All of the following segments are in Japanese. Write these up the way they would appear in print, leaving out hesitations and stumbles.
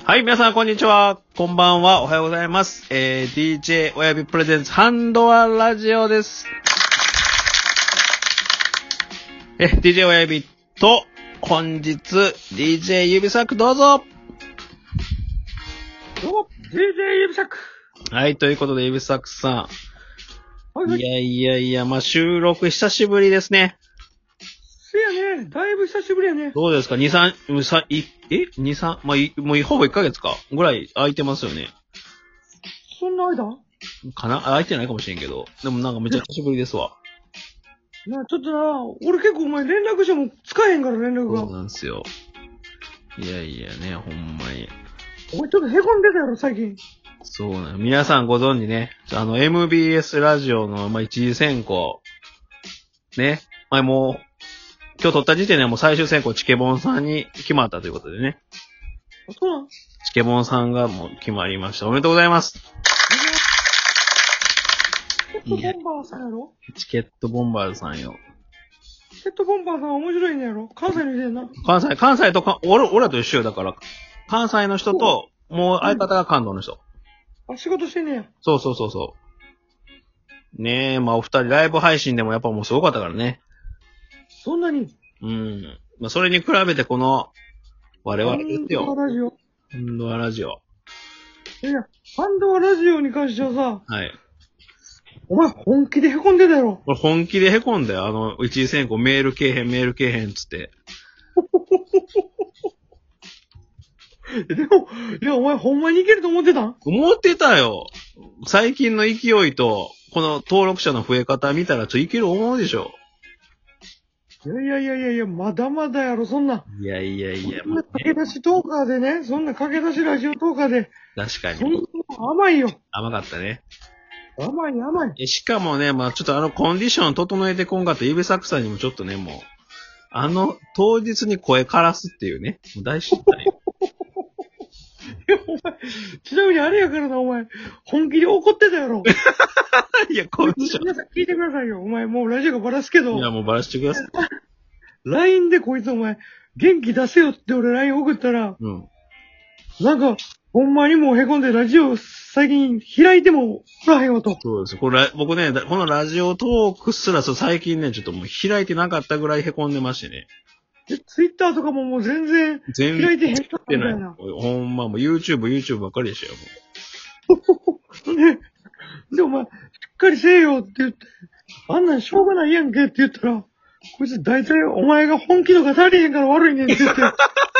はい、皆さん、こんにちは。こんばんは。おはようございます。DJ 親指プレゼンツハンドアラジオです。DJ 親指と、本日、DJ 指サクどうぞ。 どうも、DJ 指サク。 はい、ということで、指サクさん。 はい、 いや、まあ、収録久しぶりですね。 せやね、だいぶ久しぶりやね。 どうですか ?2、3、2、3、まあ、もうほぼ1ヶ月かぐらい空いてますよね。 そんな間かな空いてないかもしれんけど。でもなんかめっちゃ久しぶりですわ。 ちょっとな、俺結構お前連絡しても使えへんから連絡が。 そうなんですよ。いやね、ほんまに。 お前ちょっと凹んでたやろ、最近。 そうなの。皆さんご存知ね。MBS ラジオの、一次選考。ね。もう、今日撮った時点でもう最終選考チケボンさんに決まったということでね。 あ、そうなんチケボンさんがもう決まりました。おめでとうございます。 チケットボンバーさんやろチケットボンバーズさんよ。 チケットボンバーさん面白いねやろ関西の人やな。 関西と俺らと一緒よだから。関西の人と、もう相方が関東の人。 あ、仕事してんねや。 そう。ねえ、お二人ライブ配信でもやっぱもうすごかったからね。 そんなにそれに比べてこの、我々ですよ。 ハンドアラジオ。 ハンドアラジオ。 いや、ハンドアラジオに関してはさ、 はい。 お前本気で凹んでたやろ。 これ本気で凹んだよ。一次選考メールけえへんつって。 いや、お前ほんまにいけると思ってたん思ってたよ。最近の勢いと、この登録者の増え方見たらいける思うでしょ。 いや、まだまだやろ、そんな。 いや。 そんな駆け出しトーカーでね、そんな駆け出しラジオトーカーで。 確かに。 そんな甘いよ。 甘かったね。 甘い。 しかもね、ちょっとコンディション整えてこんかった指サクさんにもちょっとね、もう、当日に声枯らすっていうね、もう大失態よ。 いや、お前、ちなみにあれやからな、お前、本気で怒ってたやろ。 いや、コンディション。 皆さん聞いてくださいよ。お前、もうラジオがバラすけど。 いや、もうバラしてください。 LINE でこいつお前、元気出せよって俺 LINE 送ったら、なんか、ほんまにもう凹んでラジオ最近開いてもおらへんわと。 そうです。僕ね、このラジオトークすら最近ね、ちょっともう開いてなかったぐらい凹んでましてね。 Twitter とかももう全然開いてへんかったみたいな。 ほんまもう YouTube ばっかりでしたよ、 もう。で、お前、しっかりせえよって言って、あんなんしょうがないやんけって言ったら、こいつ大体お前が本気度が足りへんから悪いねんって言って。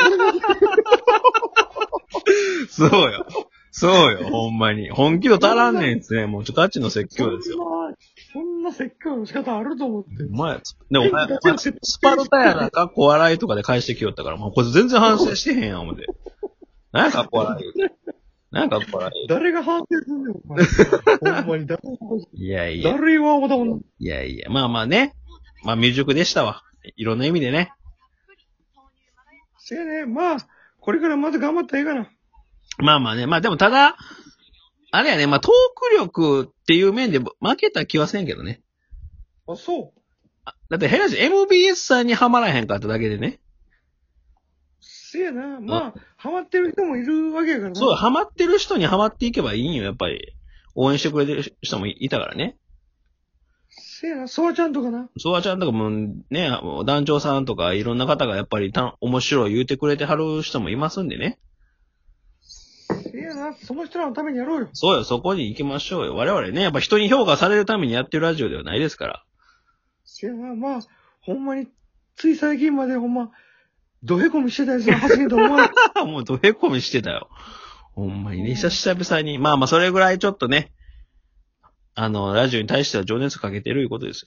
そうよ、ほんまに。本気度足らんねんっすね。もうちょっとあっちの説教ですよ。 そんな説教の仕方あると思って。 お前、スパルタやな、かっこ笑いとかで返してきよったから、もうこいつ全然反省してへんやん、思って。何やかっこ笑い。 誰が反省すんねん、お前。ほんまに誰が反省いや。 誰は思ったことない。 いや。まあね。未熟でしたわ。いろんな意味でね。 せやね、これからまた頑張ったらええかな。 でもただ、あれやね、トーク力っていう面で負けた気はせんけどね。 あ、そう。 だって変なし、MBS さんにはまらへんかっただけでね。 せやな、ハマってる人もいるわけやからな。 そう、ハマってる人にハマっていけばいいんよ、やっぱり。応援してくれてる人もいたからね。 せやな、ソワちゃんとかな。 ソワちゃんとかもね、団長さんとかいろんな方がやっぱり面白い言うてくれてはる人もいますんでね。 せやな、その人らのためにやろうよ。 そうよ、そこに行きましょうよ。我々ね、やっぱ人に評価されるためにやってるラジオではないですから。 せやな、ほんまに、つい最近までほんま、ドヘコミしてたやつの発言と思わない。 もうドヘコミしてたよ。ほんまにね、久々に。それぐらいちょっとね、ラジオに対しては情熱かけてるいうことですよ。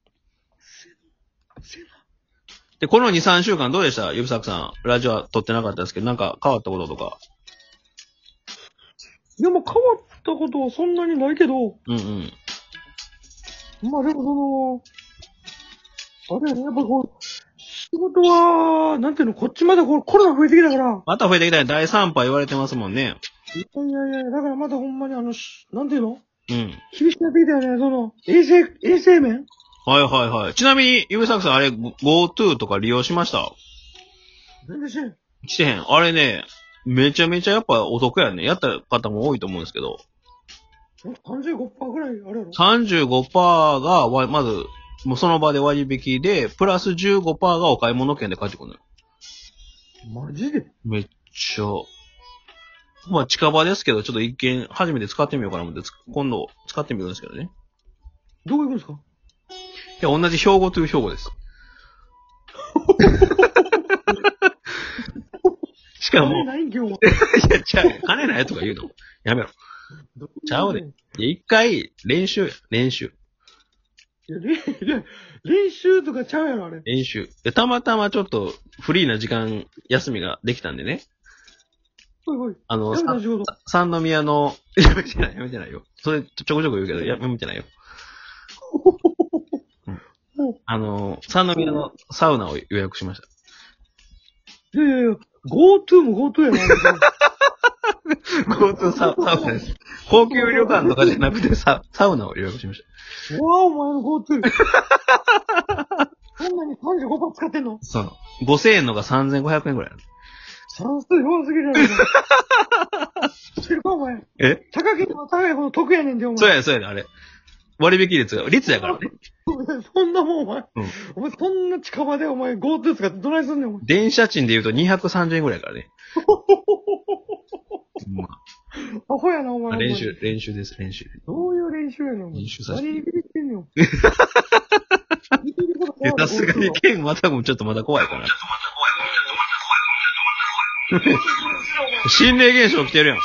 で、この2、3週間どうでしたゆびさくさん。ラジオは撮ってなかったですけど、なんか変わったこととか。 でも変わったことはそんなにないけど。 うんでもあれやね、やっぱ仕事は、なんていうの、こっちまだコロナ増えてきたから。 また増えてきたね。第3波言われてますもんね。 いや、だからまだほんまになんていうの厳しくなってきたよね、衛生面はい。ちなみに、ゆびさくさんあれ、GoTo とか利用しました全然してん。 してへん。あれね、 めちゃめちゃやっぱお得やね。やった方も多いと思うんですけど、 35% ぐらいあれやろ 35% がまず、もうその場で割引で、プラス 15% がお買い物券で返ってくるのよ。 マジでめっちゃ。まあ近場ですけど、ちょっと一見初めて使ってみようかなと思って、今度使ってみるんですけどね。 どこ行くんですか？ いや、同じ兵庫という兵庫です。しかも、 金ないんけ、お前。 いや、ちゃうよ。金ないとか言うの。やめろ。ちゃうねん。いや、一回、練習。 いや、練習とかちゃうやろ、あれ。 練習。で、たまたまちょっと、フリーな時間、休みができたんでね。 ほいほい。やめた仕事。 三宮の、やめてないよ。それ、ちょこちょこ言うけど、やめてないよ。三宮のサウナを予約しました。 いやいやいや、GoTo も GoTo やな。 GoTo サウナです。高級旅館とかじゃなくてサウナを予約しました。 うわあ、お前の GoTo。そんなに 35% 使ってんの？ そう。5000円のが3500円ぐらいある。 算数弱すぎるやろ。知ってるか、お前。 え？ 高ければ高いほど得やねんで、お前。 そうやね、あれ。割引率やからね。 そんなもん、お前。 うん。 お前、そんな近場でお前 GoTo 使ってどないすんねん、お前。 電車賃で言うと230円ぐらいやからね。まアホやな、おあ、 前。 練習です、 どういう練習やねん、お前。 練習させて何にビビってんねん。 いや、さすがに剣またぐもちょっとまだ怖いかな。心霊現象来てるやん。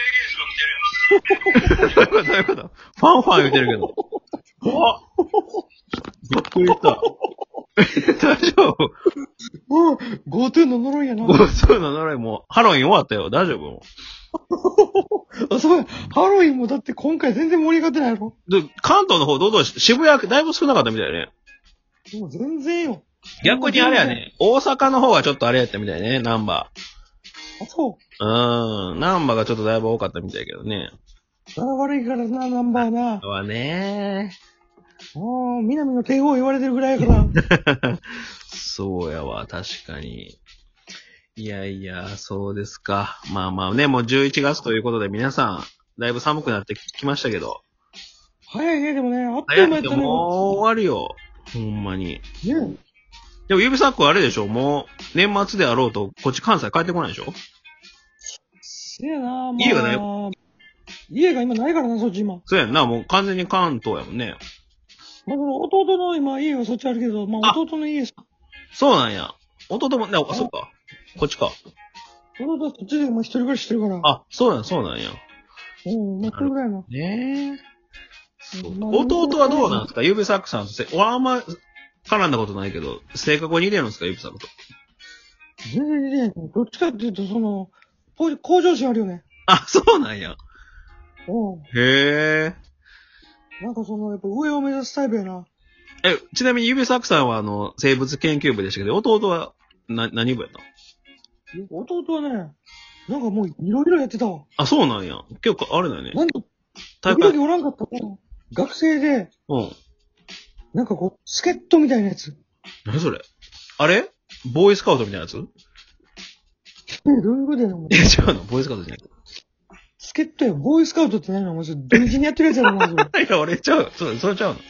どういうことファン言うてるけど。怖っ。びっくりした。大丈夫うん、GoTo の呪いやな。 GoTo の呪いもう、ハロウィン終わったよ。大丈夫もあ、そうや。ハロウィンもだって今回全然盛り上がってないやろ。 で、関東の方どう渋谷だいぶ少なかったみたいね。 もう全然よ。 逆にあれやね、大阪の方がちょっとあれやったみたいね、ナンバあ、そー。ナンバーがちょっとだいぶ多かったみたいやけどね。 う。悪いからな、ナンバーな。 はね南の帝王言われてるぐらいやから。 そうやわ、確かに。いやいや、そうですか。まあまあね、もう11月ということで皆さん、だいぶ寒くなってきましたけど。 早いね、でもね、あっとい早いけどう間やったね。 もう終わるよ。ほんまに。 ねでも指サックはあれでしょ、もう年末であろうと、こっち関西帰ってこないでしょ。 せやな、まあ。 家がね家が今ないからな、そっち今。 そうやんな、もう完全に関東やもんね。 まあ、その弟の今家はそっちあるけど、まあ弟の家さ。 そうなんや。弟も、ね、そっか。こっちか。 弟はそっちでまあ一人暮らししてるから。 あ、そうなんや。 うん、まあそれぐらいな。 ねえ。そうまあ弟はどうなんですか指サックさんと俺あんま絡んだことないけど、性格に入れるんですか指サックと。 全然ね、どっちかっていうと、向上心あるよね。 あ、そうなんや。 うん。 へえ。 やっぱ上を目指すタイプやな。 ちなみに指サックさんは生物研究部でしたけど、弟は何部やったの？ 弟はね、なんかもういろいろやってたわ。 あ、そうなんや。結構、あれだよね。 なんか、 大会。 時々おらんかったら、学生で、 うん。 なんかこう、助っ人みたいなやつ。 何それ？あれボーイスカウトみたいなやつ？ どういうことやの？ いや、違うの。ボーイスカウトじゃない。 助っ人や、ボーイスカウトって何なの？土日にやってるやつやろ、まず。 いや、俺ちゃう。それちゃうの。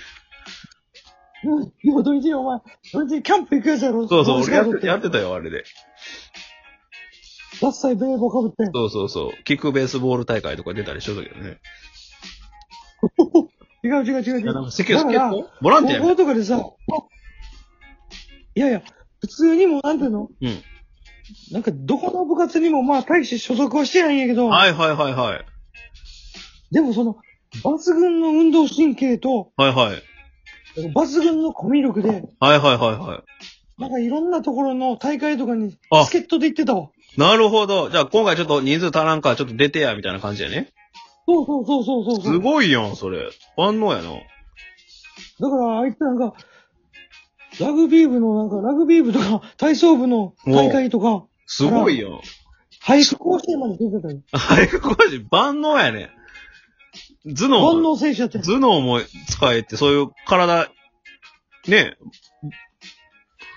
今土日にお前、土日にキャンプ行くやつやろ。 そう、 ボーイス俺カウトやってたよ、あれで。 ダッサいベレー帽かぶって。 そう。キックベースボール大会とか出たりしとったけどね。 違う。 いや、なんか、結だから構ボランティアや高校とかでさ、いや、普通にも、なんていうの？ うん。 なんか、どこの部活にもまあ、大して所属はしてないんやけど、 はい。 でも抜群の運動神経と、抜群のコミュ力で、なんかいろんなところの大会とかに、 あ助っ人で行ってたわ。 なるほど。じゃあ今回ちょっと人数足らんからちょっと出てや、みたいな感じやね。 そう。 すごいやん、それ。万能やな。 だから、あいつなんか、ラグビー部とか、体操部の大会とか、 すごいやん。 俳句甲子園まで出てたよ。 俳句講師万能やね。頭万脳能選手やってん。 頭脳も使えって、そういう体、ね、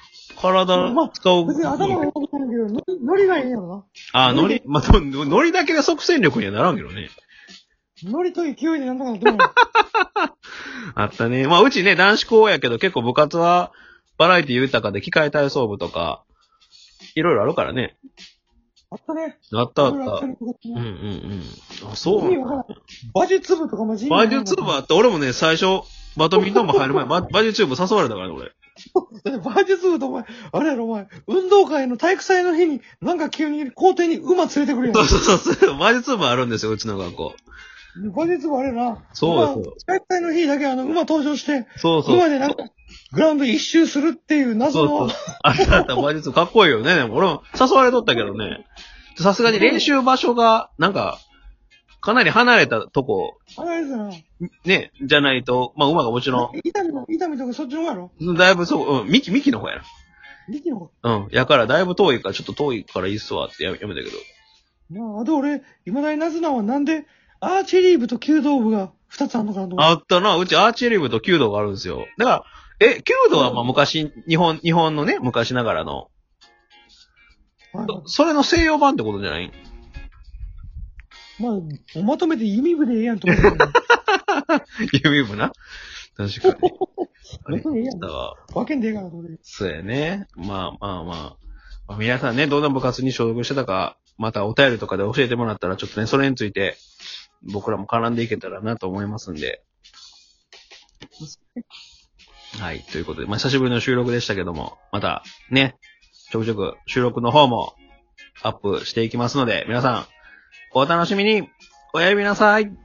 体まあ使う。 別に頭が良くないけど、ノリがいいんやろノリ、まあ、ノリだけで即戦力にはならんけどね。 な。ノリと勢いでなんとかなってもらう。 あったね。まあ、うちね、男子校やけど結構部活はバラエティ豊かで機械体操部とか、いろいろあるからね。 あったね。 あったあった。 うんあ、そうなんだ。 馬術部とかマジ馬術部あった。俺もね、最初、バドミントン部入る前、馬術部誘われたからね、俺。 だって馬術部とお前、あれやろお前、運動会の体育祭の日に、なんか急に校庭に馬連れてくるやん。 そう。馬術部あるんですよ、うちの学校。 馬術部あれやな。 そうですよ。 体育祭の日だけ馬登場して、 そうそう。 馬でなんか、グラウンド一周するっていう謎の、 あった、馬術部かっこいいよね。でも俺も誘われとったけどね。さすがに練習場所が、なんか、かなり離れたとこ、 あれですよな。 ね、じゃないと、まあ馬がもちろ痛みとかそっちの方やろん、だいぶそう、ミキの方や力の方。 な。やからだいぶ遠いから、ちょっと遠いからいいっすわってやめたけど。 なあ、あと俺、未だになぜなはなんで、アーチェリー部と弓道部が2つあんのかなと思って。 あったな、うちアーチェリー部と弓道があるんですよ。だから、弓道はまあ昔、日本のね、昔ながらの、 はいそれの西洋版ってことじゃない？ まあ、まとめて弓部でええやんと思ってた弓部な。確かに。あれ別にええやんだわ。 わけんでええかなと思って。 そうやね。まあ、皆さんね、どんな部活に所属してたか、またお便りとかで教えてもらったら、ちょっとね、それについて、僕らも絡んでいけたらなと思いますんで。はい。ということで、まあ、久しぶりの収録でしたけども、また、ね、ちょくちょく収録の方もアップしていきますので、皆さん、お楽しみに、おやすみなさい。